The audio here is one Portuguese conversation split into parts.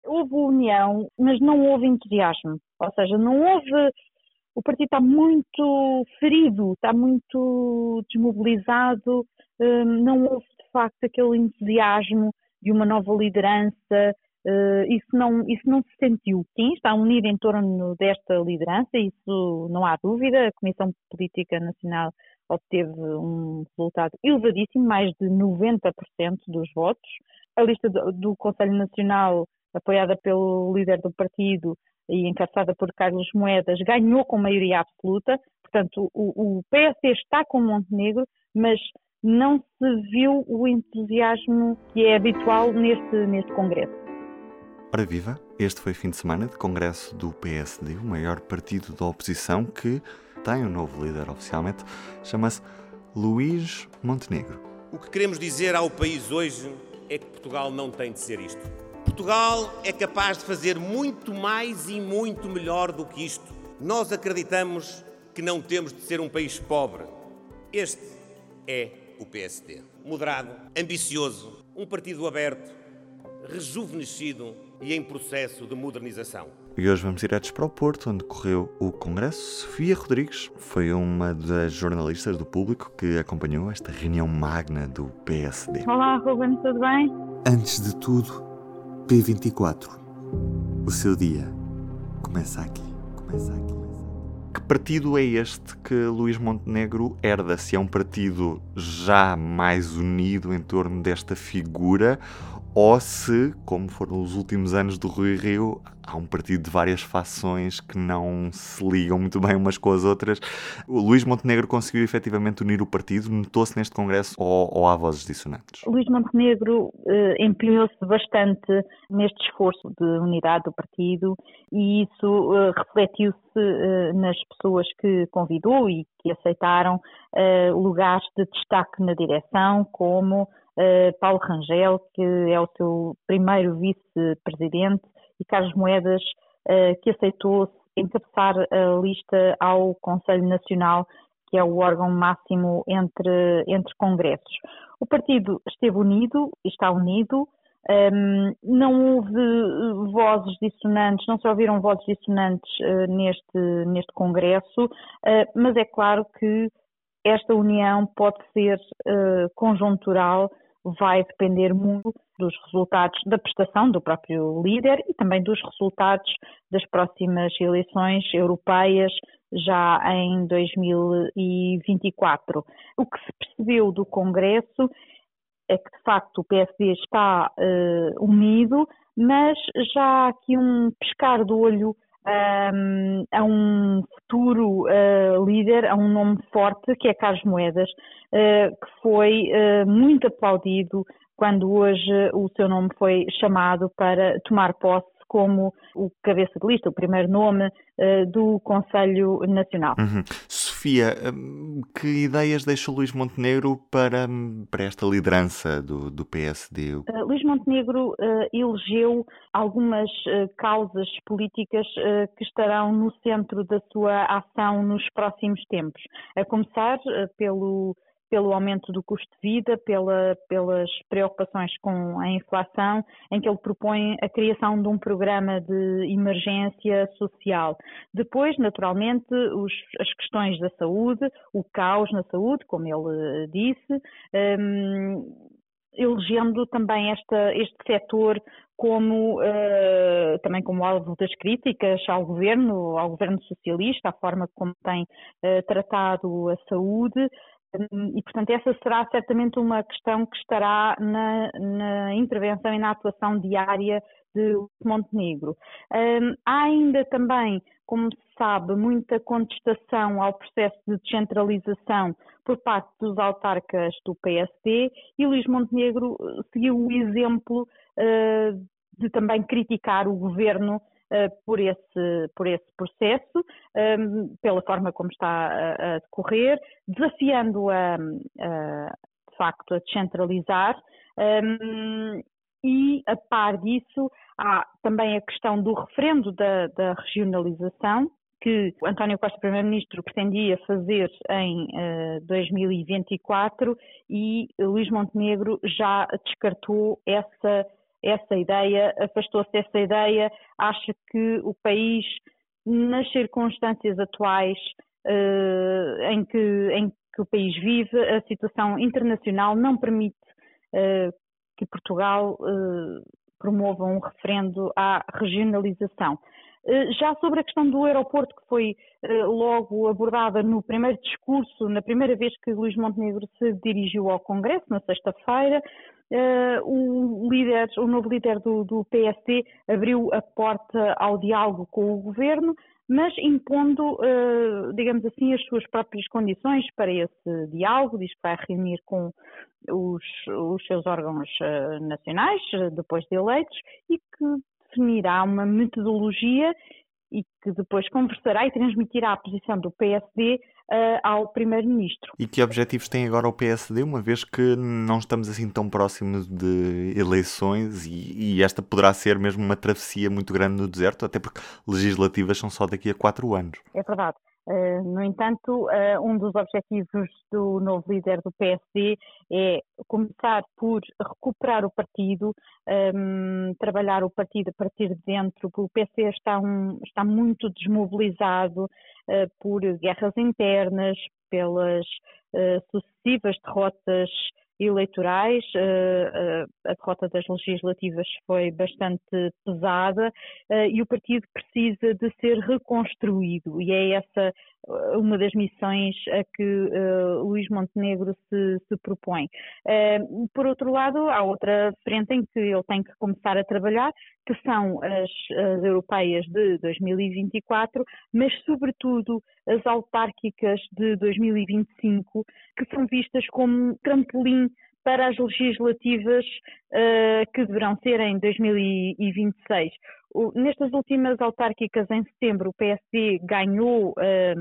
houve união, mas não houve entusiasmo. Ou seja, não houve. O partido está muito ferido, está muito desmobilizado, não houve de facto aquele entusiasmo de uma nova liderança, isso não se sentiu. Sim, está unido em torno desta liderança, isso não há dúvida. A Comissão Política Nacional obteve um resultado elevadíssimo, mais de 90% dos votos. A lista do Conselho Nacional, apoiada pelo líder do partido e encabeçada por Carlos Moedas, ganhou com maioria absoluta. Portanto, o PSD está com Montenegro, mas não se viu o entusiasmo que é habitual neste Congresso. Ora viva, este foi fim de semana de Congresso do PSD, o maior partido da oposição que tem um novo líder oficialmente, chama-se Luís Montenegro. O que queremos dizer ao país hoje é que Portugal não tem de ser isto. Portugal é capaz de fazer muito mais e muito melhor do que isto. Nós acreditamos que não temos de ser um país pobre. Este é o PSD. Moderado, ambicioso, um partido aberto, rejuvenescido e em processo de modernização. E hoje vamos diretos para o Porto, onde correu o Congresso. Sofia Rodrigues foi uma das jornalistas do Público que acompanhou esta reunião magna do PSD. Olá, Ruben, tudo bem? Antes de tudo, P24. O seu dia começa aqui. Que partido é este que Luís Montenegro herda? Se é um partido já mais unido em torno desta figura, ou se, como foram os últimos anos do Rui Rio, há um partido de várias fações que não se ligam muito bem umas com as outras. O Luís Montenegro conseguiu efetivamente unir o partido? Notou-se neste Congresso ou há vozes dissonantes? Luís Montenegro empenhou-se bastante neste esforço de unidade do partido e isso refletiu-se nas pessoas que convidou e que aceitaram lugares de destaque na direção, como Paulo Rangel, que é o seu primeiro vice-presidente, e Carlos Moedas, que aceitou encabeçar a lista ao Conselho Nacional, que é o órgão máximo entre congressos. O partido esteve unido, está unido, não houve vozes dissonantes, não se ouviram vozes dissonantes neste congresso, mas é claro que esta união pode ser conjuntural, vai depender muito dos resultados da prestação do próprio líder e também dos resultados das próximas eleições europeias já em 2024. O que se percebeu do Congresso é que, de facto, o PSD está unido, mas já há aqui um piscar de olho a um futuro líder, a um nome forte, que é Carlos Moedas, que foi muito aplaudido quando hoje o seu nome foi chamado para tomar posse como o cabeça de lista, o primeiro nome do Conselho Nacional. Sofia, que ideias deixa o Luís Montenegro para esta liderança do PSD? Luís Montenegro elegeu algumas causas políticas que estarão no centro da sua ação nos próximos tempos, a começar pelo aumento do custo de vida, pelas preocupações com a inflação, em que ele propõe a criação de um programa de emergência social. Depois, naturalmente, as questões da saúde, o caos na saúde, como ele disse, elegendo também este setor também como alvo das críticas ao governo socialista, a forma como tem tratado a saúde. E, portanto, essa será certamente uma questão que estará na intervenção e na atuação diária de Montenegro. Há ainda também, como se sabe, muita contestação ao processo de descentralização por parte dos autarcas do PSD e Luís Montenegro seguiu o exemplo de também criticar o governo por esse processo, pela forma como está a decorrer, desafiando-a, de facto, a descentralizar. E, a par disso, há também a questão do referendo da regionalização, que António Costa, Primeiro-Ministro, pretendia fazer em 2024 e Luís Montenegro já descartou essa ideia, afastou-se dessa ideia, acha que o país, nas circunstâncias atuais em que o país vive, a situação internacional não permite que Portugal promova um referendo à regionalização. Já sobre a questão do aeroporto, que foi logo abordada no primeiro discurso, na primeira vez que Luís Montenegro se dirigiu ao Congresso, na sexta-feira, o novo líder do PSD abriu a porta ao diálogo com o governo, mas impondo, digamos assim, as suas próprias condições para esse diálogo. Diz que vai reunir com os seus órgãos nacionais, depois de eleitos, e que definirá uma metodologia e que depois conversará e transmitirá a posição do PSD ao Primeiro-Ministro. E que objetivos tem agora o PSD, uma vez que não estamos assim tão próximos de eleições e esta poderá ser mesmo uma travessia muito grande no deserto, até porque legislativas são só daqui a 4 anos. É verdade. No entanto, um dos objetivos do novo líder do PSD é começar por recuperar o partido, trabalhar o partido a partir de dentro. O PSD está muito desmobilizado por guerras internas, pelas sucessivas derrotas eleitorais. A derrota das legislativas foi bastante pesada e o partido precisa de ser reconstruído, e é essa uma das missões a que Luís Montenegro se propõe. Por outro lado, há outra frente em que ele tem que começar a trabalhar, que são as europeias de 2024, mas sobretudo as autárquicas de 2025, que são vistas como um trampolim para as legislativas que deverão ser em 2026. Nestas últimas autárquicas, em setembro, o PSD ganhou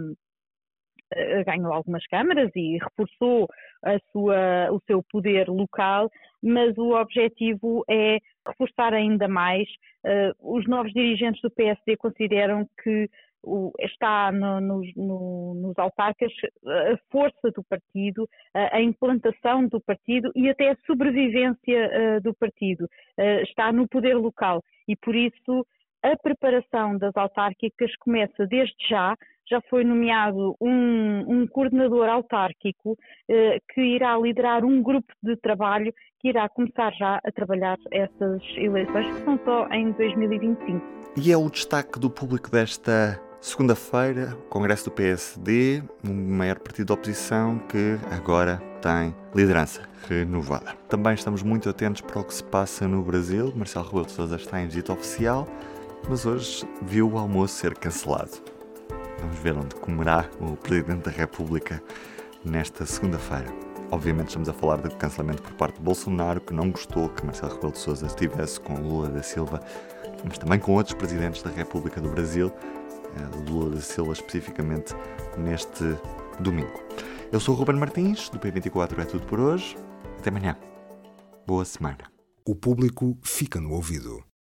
algumas câmaras e reforçou o seu poder local, mas o objetivo é reforçar ainda mais. Os novos dirigentes do PSD consideram que está nos autarcas a força do partido, a implantação do partido e até a sobrevivência do partido. Está no poder local e, por isso, a preparação das autárquicas começa desde já. Já foi nomeado um coordenador autárquico que irá liderar um grupo de trabalho que irá começar já a trabalhar essas eleições, que são só em 2025. E é o destaque do público desta segunda-feira, o Congresso do PSD, o maior partido da oposição, que agora tem liderança renovada. Também estamos muito atentos para o que se passa no Brasil. Marcelo Rebelo de Sousa está em visita oficial, mas hoje viu o almoço ser cancelado. Vamos ver onde comerá o Presidente da República nesta segunda-feira. Obviamente estamos a falar do cancelamento por parte de Bolsonaro, que não gostou que Marcelo Rebelo de Sousa estivesse com Lula da Silva, mas também com outros Presidentes da República do Brasil, Lula da Silva especificamente, neste domingo. Eu sou o Ruben Martins, do P24 é tudo por hoje. Até amanhã. Boa semana. O público fica no ouvido.